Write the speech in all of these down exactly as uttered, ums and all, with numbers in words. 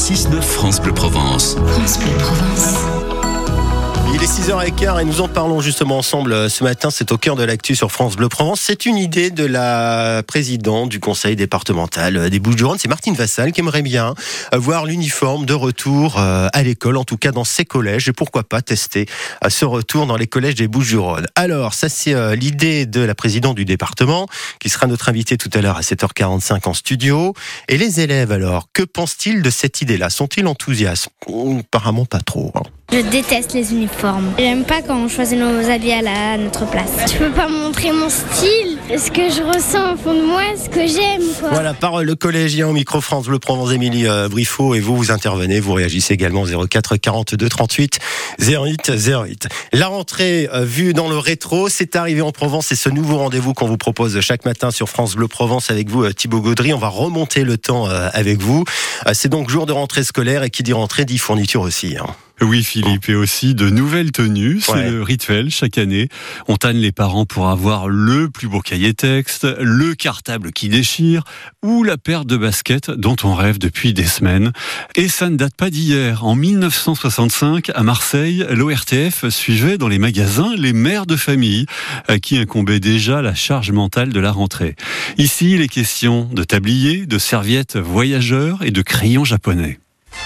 six neuf France Bleu Provence. France Bleu Provence. Il est six heures quinze et nous en parlons justement ensemble ce matin. C'est au cœur de l'actu sur France Bleu Provence. C'est une idée de la présidente du conseil départemental des Bouches-du-Rhône. C'est Martine Vassal qui aimerait bien voir l'uniforme de retour à l'école, en tout cas dans ses collèges. Et pourquoi pas tester ce retour dans les collèges des Bouches-du-Rhône. Alors, ça c'est l'idée de la présidente du département qui sera notre invitée tout à l'heure à sept heures quarante-cinq en studio. Et les élèves alors, que pensent-ils de cette idée-là? Sont-ils enthousiastes? Apparemment pas trop. Hein. Je déteste les uniformes. J'aime pas quand on choisit nos habits à, la, à notre place. Je peux pas montrer mon style, ce que je ressens au fond de moi, ce que j'aime, quoi. Voilà, par le collégien au micro France Bleu Provence, Émilie euh, Briffaut, et vous, vous intervenez, vous réagissez également zéro quatre quarante-deux trente-huit zéro huit zéro huit. La rentrée euh, vue dans le rétro, c'est arrivé en Provence, c'est ce nouveau rendez-vous qu'on vous propose chaque matin sur France Bleu Provence avec vous, euh, Thibaut Gaudry. On va remonter le temps euh, avec vous. Euh, c'est donc jour de rentrée scolaire, et qui dit rentrée dit fourniture aussi, hein. Oui, Philippe, et aussi de nouvelles tenues. C'est ouais. le rituel chaque année. On tanne les parents pour avoir le plus beau cahier texte, le cartable qui déchire ou la paire de baskets dont on rêve depuis des semaines. Et ça ne date pas d'hier. En dix-neuf cent soixante-cinq, à Marseille, l'O R T F suivait dans les magasins les mères de famille à qui incombait déjà la charge mentale de la rentrée. Ici, il est question de tabliers, de serviettes voyageurs et de crayons japonais.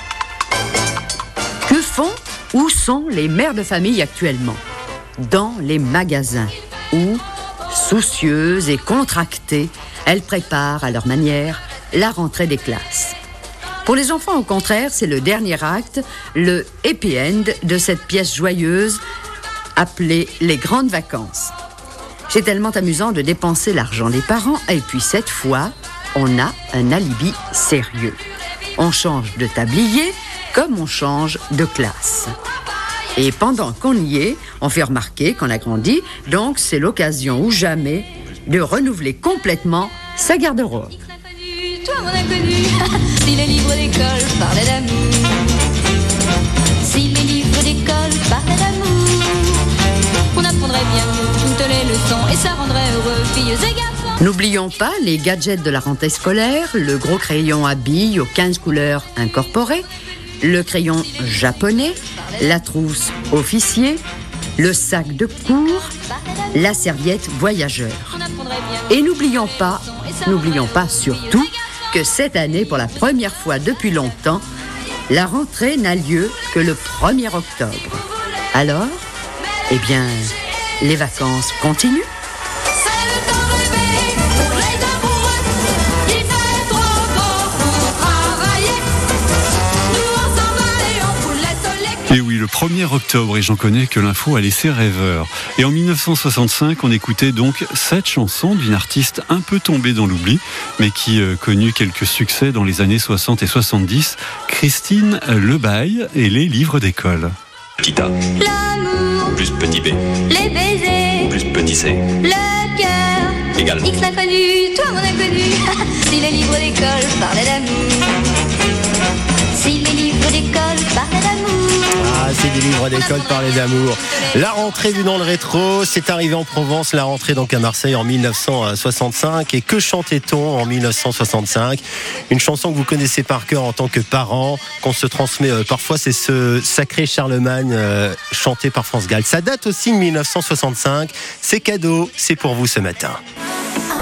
Que font, où sont les mères de famille actuellement? Dans les magasins, où, soucieuses et contractées, elles préparent à leur manière la rentrée des classes. Pour les enfants, au contraire, c'est le dernier acte, le happy end de cette pièce joyeuse appelée les grandes vacances. C'est tellement amusant de dépenser l'argent des parents, et puis cette fois, on a un alibi sérieux. On change de tablier comme on change de classe. Et pendant qu'on y est, on fait remarquer qu'on a grandi, donc c'est l'occasion ou jamais de renouveler complètement sa garde-robe. Toi mon inconnu, si les livres d'école parlaient d'amour, si les livres d'école parlaient d'amour, on apprendrait bien toutes les leçons et ça rendrait heureux filles et garçons. N'oublions pas les gadgets de la rentrée scolaire, le gros crayon à billes aux quinze couleurs incorporées, le crayon japonais, la trousse officier, le sac de cours, la serviette voyageur. Et n'oublions pas, n'oublions pas surtout que cette année, pour la première fois depuis longtemps, la rentrée n'a lieu que le premier octobre. Alors, eh bien, les vacances continuent. Et oui, le premier octobre, et j'en connais que l'info a laissé rêveur. Et en dix-neuf cent soixante-cinq, on écoutait donc cette chanson d'une artiste un peu tombée dans l'oubli, mais qui euh, connut quelques succès dans les années soixante et soixante-dix, Christine Lebaille et les livres d'école. Petit A, L'amour, plus petit B, les baisers, plus petit C, le cœur, égal. X l'inconnu, toi mon inconnu, si les livres d'école parlaient d'amour, si les livres d'école parlaient d'amour. Ah, c'est des livres d'école parler d'amour. La rentrée vue dans le rétro, c'est arrivé en Provence, la rentrée donc à Marseille en dix-neuf cent soixante-cinq. Et que chantait-on en dix-neuf cent soixante-cinq? Une chanson que vous connaissez par cœur en tant que parent, qu'on se transmet euh, parfois, c'est ce Sacré Charlemagne euh, chanté par France Gall. Ça date aussi de dix-neuf cent soixante-cinq. C'est cadeau, c'est pour vous ce matin.